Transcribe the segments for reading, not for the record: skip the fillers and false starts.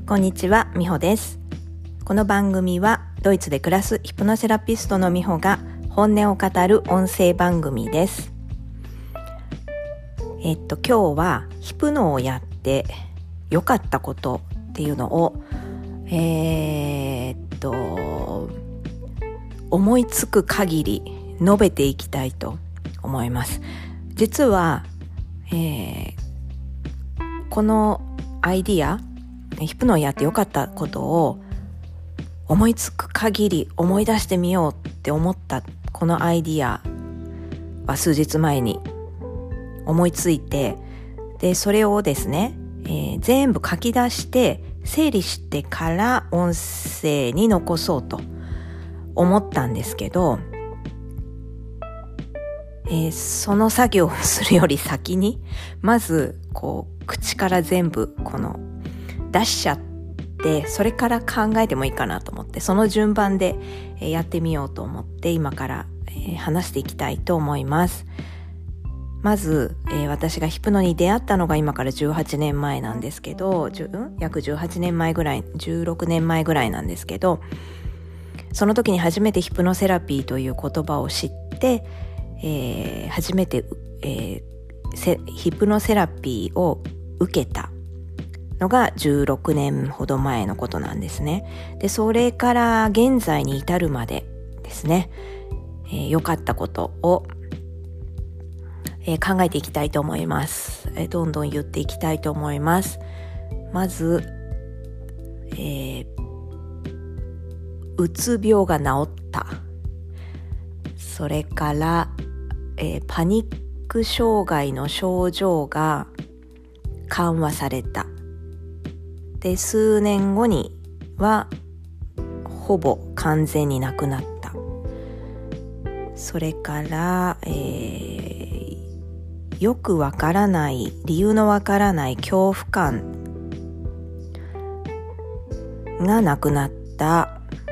こんにちは、みほです。この番組はドイツで暮らすヒプノセラピストのみほが本音を語る音声番組です。今日はヒプノをやって良かったことっていうのを思いつく限り述べていきたいと思います。実は、このアイディア、ヒプノをやって良かったことを思いつく限り思い出してみようって思ったこのアイディアは数日前に思いついて、でそれをですね、全部書き出して整理してから音声に残そうと思ったんですけど、その作業をするより先にまず口から全部出しちゃって、それから考えてもいいかなと思って、その順番でやってみようと思って今から話していきたいと思います。まず、私がヒプノに出会ったのが今から18年前なんですけど、約18年前ぐらい、16年前ぐらいなんですけど、その時に初めてヒプノセラピーという言葉を知って、初めて、ヒプノセラピーを受けたのが16年ほど前のことなんですね。で、それから現在に至るまでですね、良かったことを考えていきたいと思います。どんどん言っていきたいと思います。まず、うつ病が治った。それから、パニック障害の症状が緩和された。で、数年後にはほぼ完全になくなった。それから、よくわからない、理由のわからない恐怖感がなくなった。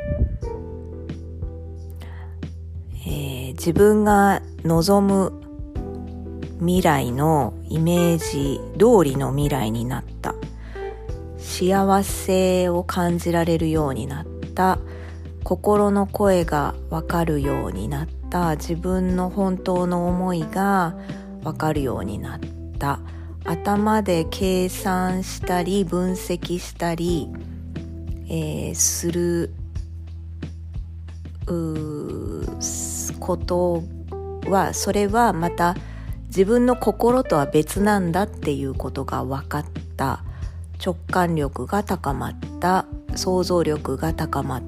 自分が望む未来のイメージ通りの未来になった。幸せを感じられるようになった。心の声がわかるようになった。自分の本当の思いがわかるようになった。頭で計算したり分析したり、することは、それはまた自分の心とは別なんだっていうことが分かった。直感力が高まった。想像力が高まった。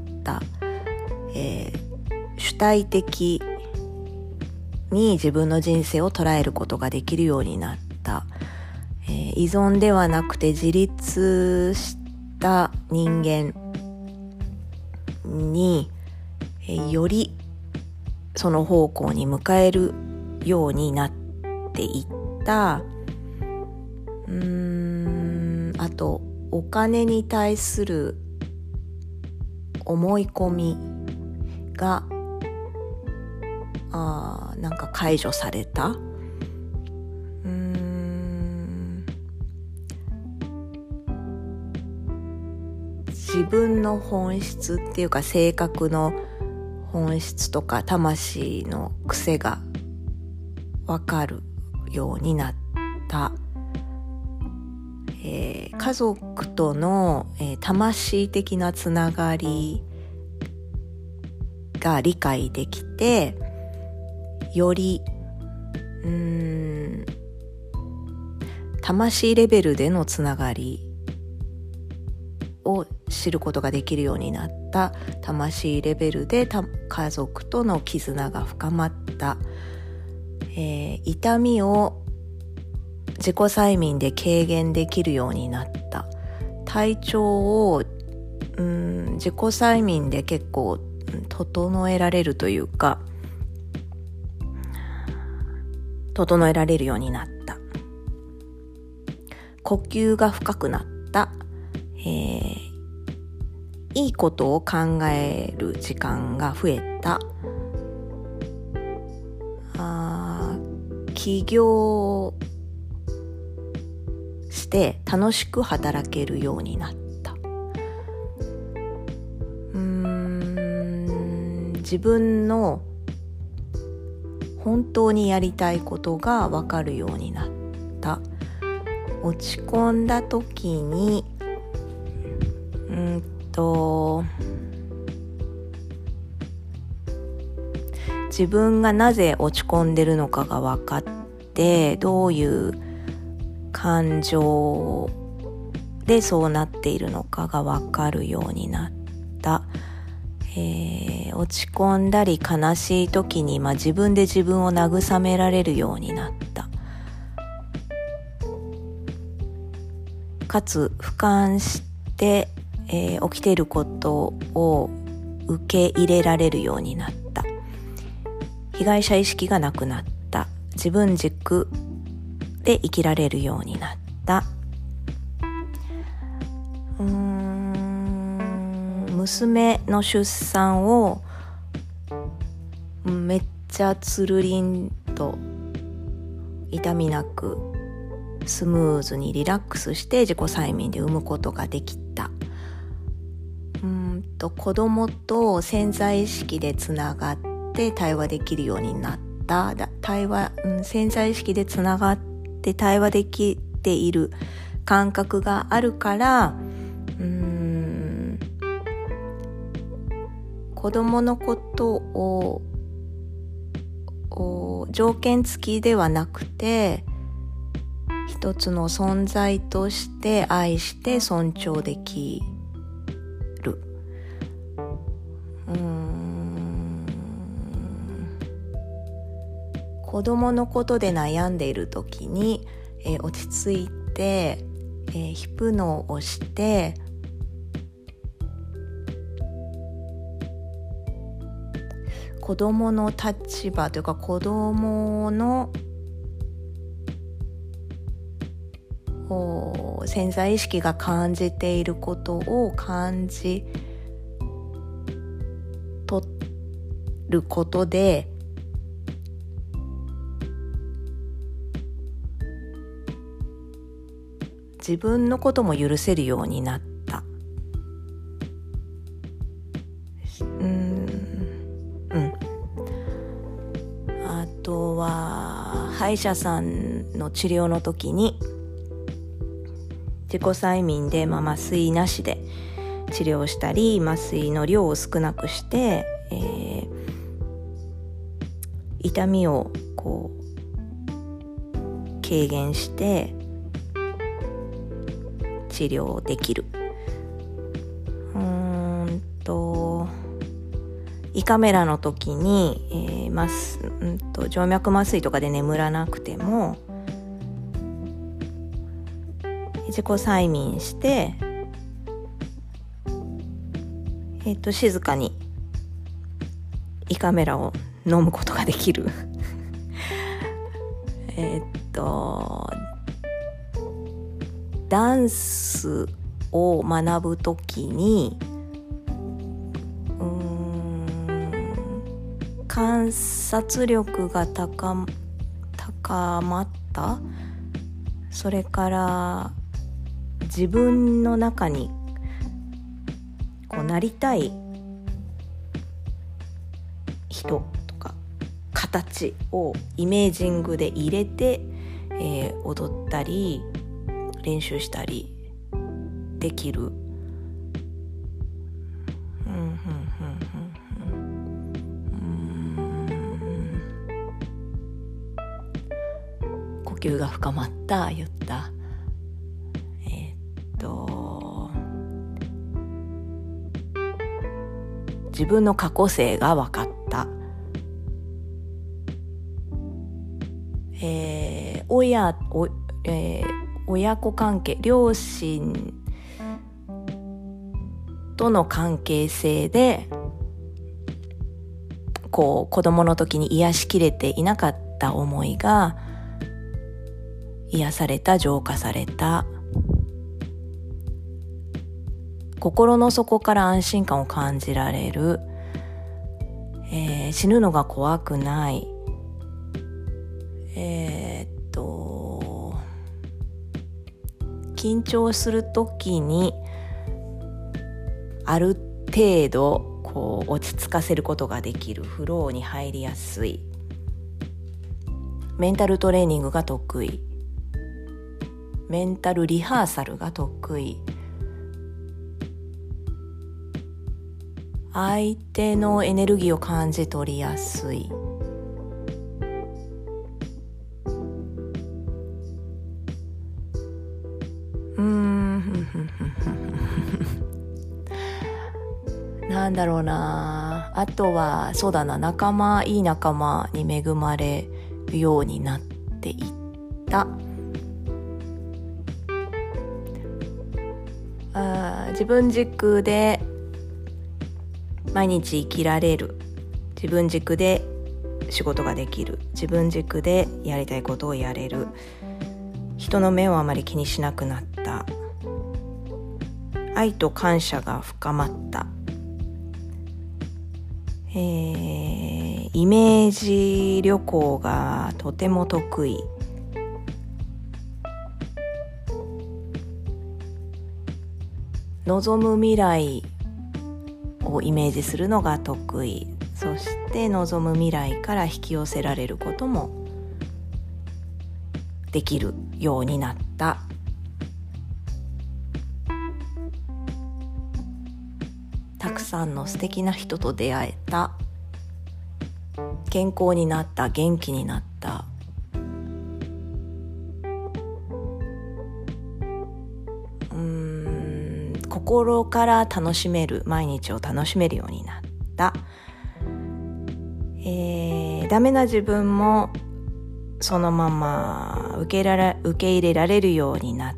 主体的に自分の人生を捉えることができるようになった。依存ではなくて自立した人間に、よりその方向に向かえるようになっていった。あとお金に対する思い込みがなんか解除された。自分の本質っていうか、性格の本質とか魂の癖が分かるようになった。家族との、魂的なつながりが理解できて、より魂レベルでのつながりを知ることができるようになった。魂レベルで家族との絆が深まった。痛みを自己催眠で軽減できるようになった。体調を自己催眠で結構整えられるというか、整えられるようになった。呼吸が深くなった。いいことを考える時間が増えた。起業して楽しく働けるようになった。 自分の本当にやりたいことが分かるようになった。落ち込んだ時に自分がなぜ落ち込んでるのかが分かって、どういう感情でそうなっているのかが分かるようになった。落ち込んだり悲しい時に、自分で自分を慰められるようになった。かつ俯瞰して、起きていることを受け入れられるようになった。被害者意識がなくなった。自分軸で生きられるようになった。娘の出産をめっちゃつるりんと痛みなくスムーズにリラックスして自己催眠で産むことができた。子供と潜在意識でつながって対話できるようになった。潜在意識でつながって対話できている感覚があるから、子供のことを条件付きではなくて、一つの存在として愛して尊重できる。子供のことで悩んでいるときに、落ち着いて、ヒプノをして子供の立場というか、子供の潜在意識が感じていることを感じ取ることで、自分のことも許せるようになった。あとは歯医者さんの治療の時に自己催眠で、麻酔なしで治療したり、麻酔の量を少なくして、痛みを軽減して治療できる。胃カメラの時に、静脈麻酔とかで眠らなくても自己催眠して、静かに胃カメラを飲むことができる。ダンスを学ぶときに観察力が高まった。それから自分の中になりたい人とか形をイメージングで入れて、踊ったり練習したりできる。呼吸が深まった、言った。自分の過去性が分かった。親子関係、両親との関係性で子供の時に癒しきれていなかった思いが癒された、浄化された。心の底から安心感を感じられる。死ぬのが怖くない。緊張するときにある程度こう落ち着かせることができる、フローに入りやすい、メンタルトレーニングが得意、メンタルリハーサルが得意、相手のエネルギーを感じ取りやすい、なんだろうな。あとはそうだな、いい仲間に恵まれるようになっていった。自分軸で毎日生きられる、自分軸で仕事ができる、自分軸でやりたいことをやれる、人の目をあまり気にしなくなった、愛と感謝が深まった、イメージ旅行がとても得意、望む未来をイメージするのが得意、そして望む未来から引き寄せられることもできるようになった。たくさんの素敵な人と出会えた。健康になった、元気になった。心から楽しめる、毎日を楽しめるようになった。ダメな自分もそのまま受け入れられるようになった。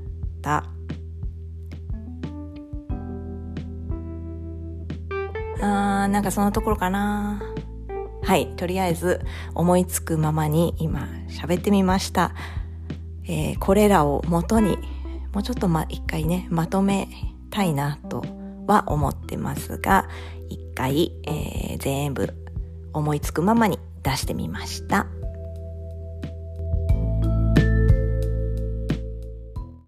なんかそのところかな。はい、とりあえず思いつくままに今喋ってみました。これらを元にもうちょっと一回ねまとめたいなとは思ってますが、一回、全部思いつくままに出してみました。